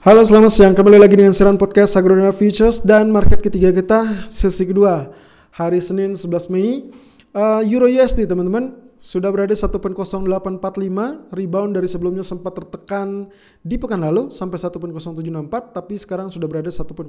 Halo, selamat siang. Kembali lagi dengan siaran podcast Agrodana Futures dan market ketiga kita, sesi kedua, hari Senin 11 Mei. Euro USD teman-teman sudah berada 1.0845, rebound dari sebelumnya sempat tertekan di pekan lalu sampai 1.0764, tapi sekarang sudah berada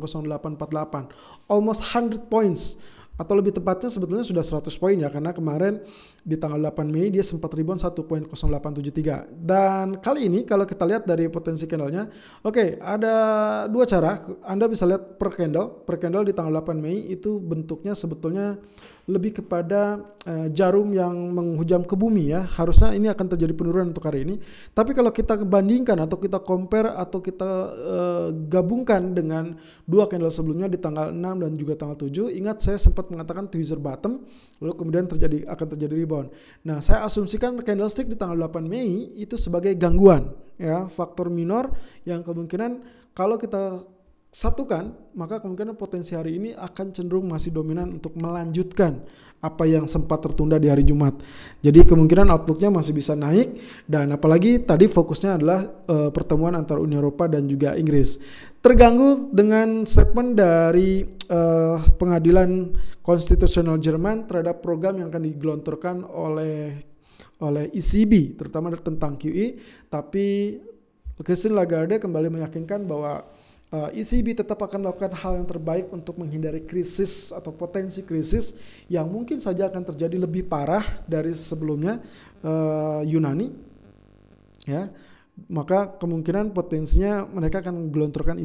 1.0848, almost 100 points. Atau lebih tepatnya sebetulnya sudah 100 poin ya, karena kemarin di tanggal 8 Mei dia sempat rebound 1.0873. Dan kali ini kalau kita lihat dari potensi candlenya, oke, ada dua cara. Anda bisa lihat per candle di tanggal 8 Mei itu bentuknya sebetulnya lebih kepada jarum yang menghujam ke bumi ya. Harusnya ini akan terjadi penurunan untuk hari ini. Tapi kalau kita bandingkan atau kita compare atau kita gabungkan dengan dua candle sebelumnya di tanggal 6 dan juga tanggal 7, ingat saya sempat mengatakan tweezer bottom, lalu kemudian akan terjadi rebound. Nah, saya asumsikan candlestick di tanggal 8 Mei itu sebagai gangguan ya, faktor minor yang kemungkinan kalau kita satukan, maka kemungkinan potensi hari ini akan cenderung masih dominan untuk melanjutkan apa yang sempat tertunda di hari Jumat. Jadi kemungkinan outlooknya masih bisa naik, dan apalagi tadi fokusnya adalah pertemuan antara Uni Eropa dan juga Inggris. Terganggu dengan statement dari pengadilan konstitusional Jerman terhadap program yang akan digelontorkan oleh ECB, terutama tentang QE, tapi Christine Lagarde kembali meyakinkan bahwa ECB tetap akan melakukan hal yang terbaik untuk menghindari krisis atau potensi krisis yang mungkin saja akan terjadi lebih parah dari sebelumnya Yunani ya. Maka kemungkinan potensinya mereka akan menggelontorkan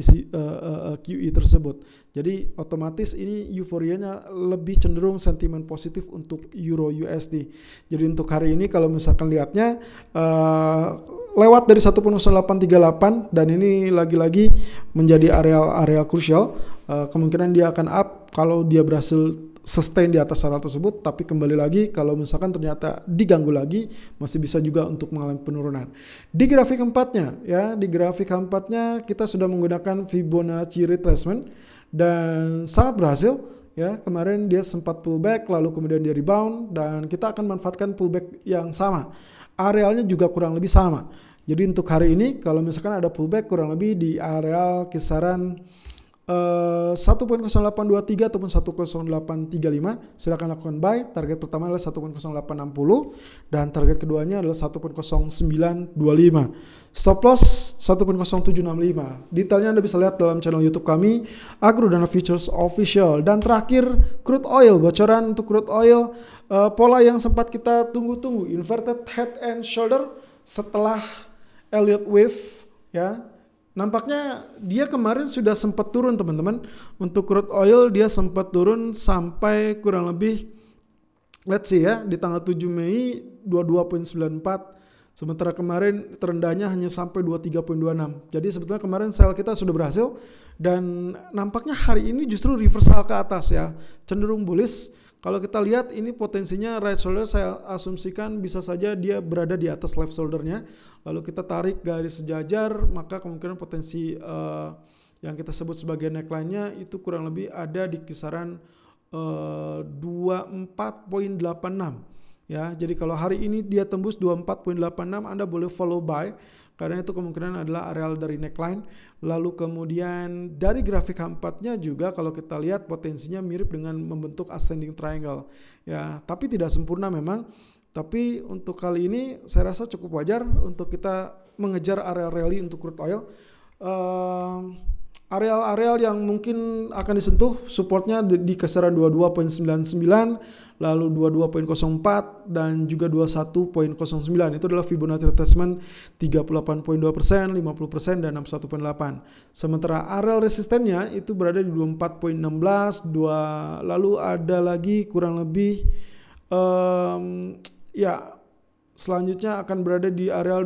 QE tersebut. Jadi otomatis ini euforianya lebih cenderung sentimen positif untuk Euro USD. Jadi untuk hari ini kalau misalkan lihatnya lewat dari 1.0838 dan ini lagi-lagi menjadi area krusial. Kemungkinan dia akan up kalau dia berhasil sustain di atas area tersebut, tapi kembali lagi kalau misalkan ternyata diganggu lagi masih bisa juga untuk mengalami penurunan. Di grafik keempatnya ya, kita sudah menggunakan Fibonacci retracement dan sangat berhasil ya. Kemarin dia sempat pullback lalu kemudian dia rebound dan kita akan manfaatkan pullback yang sama. Arealnya juga kurang lebih sama. Jadi untuk hari ini kalau misalkan ada pullback kurang lebih di areal kisaran 1.0823 ataupun 1.0835, silakan lakukan buy. Target pertama adalah 1.0860 dan target keduanya adalah 1.0925. Stop loss 1.0765. Detailnya Anda bisa lihat dalam channel YouTube kami Agrodana Futures Official. Dan terakhir crude oil, bocoran untuk crude oil, pola yang sempat kita tunggu-tunggu, inverted head and shoulder setelah Elliott wave ya. Nampaknya dia kemarin sudah sempat turun teman-teman. Untuk crude oil dia sempat turun sampai kurang lebih let's see ya, di tanggal 7 Mei 22.94. Sementara kemarin terendahnya hanya sampai 23.26. Jadi sebetulnya kemarin sell kita sudah berhasil dan nampaknya hari ini justru reversal ke atas ya, cenderung bullish. Kalau kita lihat ini potensinya right shoulder, saya asumsikan bisa saja dia berada di atas left shouldernya. Lalu kita tarik garis sejajar, maka kemungkinan potensi yang kita sebut sebagai neckline-nya itu kurang lebih ada di kisaran 24.86 ya. Jadi kalau hari ini dia tembus 24.86, Anda boleh follow buy karena itu kemungkinan adalah areal dari neckline. Lalu kemudian dari grafik H4-nya juga kalau kita lihat potensinya mirip dengan membentuk ascending triangle ya, tapi tidak sempurna memang. Tapi untuk kali ini saya rasa cukup wajar untuk kita mengejar area rally untuk crude oil. Areal-areal yang mungkin akan disentuh supportnya di kisaran 22.99, lalu 22.04 dan juga 21.09. Itu adalah Fibonacci retracement 38.2%, 50% dan 61.8. Sementara areal resistennya itu berada di 24.16, lalu ada lagi kurang lebih selanjutnya akan berada di areal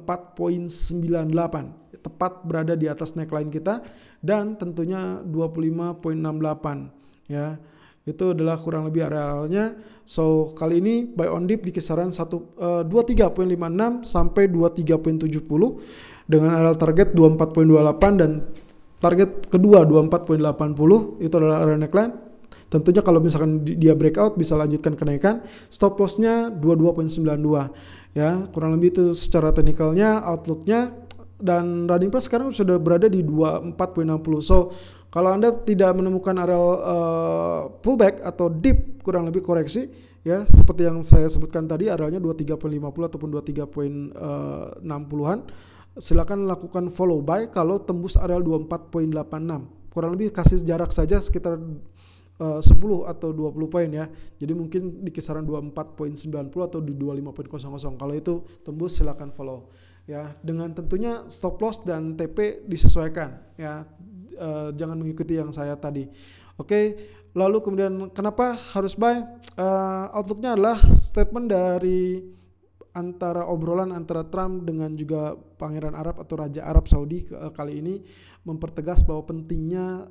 24.98. Tepat berada di atas neckline kita dan tentunya 25.68 ya. Itu adalah kurang lebih arealnya. So kali ini buy on dip di kisaran 23.56 sampai 23.70 dengan areal target 24.28 dan target kedua 24.80. Itu adalah area neckline. Tentunya kalau misalkan dia breakout bisa lanjutkan kenaikan. Stop lossnya 22.92 ya. Kurang lebih itu secara teknikalnya, outlooknya dan running price sekarang sudah berada di 24.60. So kalau Anda tidak menemukan area pullback atau dip, kurang lebih koreksi ya, seperti yang saya sebutkan tadi, arealnya 23.50 ataupun 23.60-an, silakan lakukan follow buy kalau tembus areal 24.86. Kurang lebih kasih jarak saja sekitar 10 atau 20 poin ya. Jadi mungkin di kisaran 24.90 atau di 25.00. Kalau itu tembus silakan follow ya, dengan tentunya stop loss dan TP disesuaikan ya. Jangan mengikuti yang saya tadi. Oke, lalu kemudian kenapa harus buy? Outlooknya adalah statement dari obrolan antara Trump dengan juga Pangeran Arab atau Raja Arab Saudi kali ini mempertegas bahwa pentingnya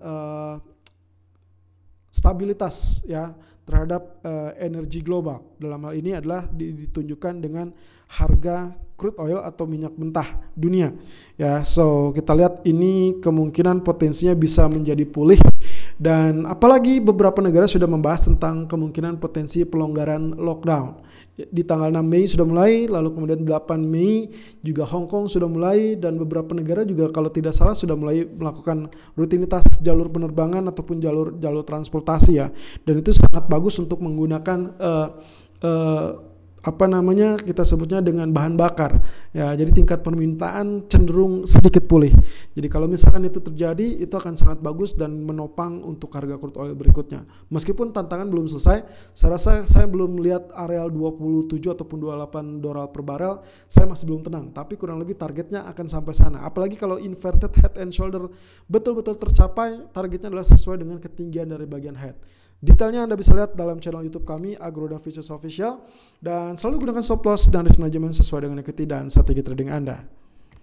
stabilitas ya terhadap energi global. Dalam hal ini adalah ditunjukkan dengan harga crude oil atau minyak mentah dunia ya. So kita lihat ini kemungkinan potensinya bisa menjadi pulih, dan apalagi beberapa negara sudah membahas tentang kemungkinan potensi pelonggaran lockdown. Di tanggal 6 Mei sudah mulai, lalu kemudian 8 Mei juga Hong Kong sudah mulai, dan beberapa negara juga kalau tidak salah sudah mulai melakukan rutinitas jalur penerbangan ataupun jalur transportasi ya. Dan itu sangat bagus untuk menggunakan kita sebutnya dengan bahan bakar ya. Jadi tingkat permintaan cenderung sedikit pulih. Jadi kalau misalkan itu terjadi, itu akan sangat bagus dan menopang untuk harga crude oil berikutnya. Meskipun tantangan belum selesai, saya rasa saya belum melihat areal 27 ataupun 28 dolar per barel, saya masih belum tenang. Tapi kurang lebih targetnya akan sampai sana. Apalagi kalau inverted head and shoulder betul-betul tercapai, targetnya adalah sesuai dengan ketinggian dari bagian head. Detailnya Anda bisa lihat dalam channel YouTube kami, Agroda Futures Official, dan selalu gunakan stop loss dan risk management sesuai dengan equity dan strategi trading Anda.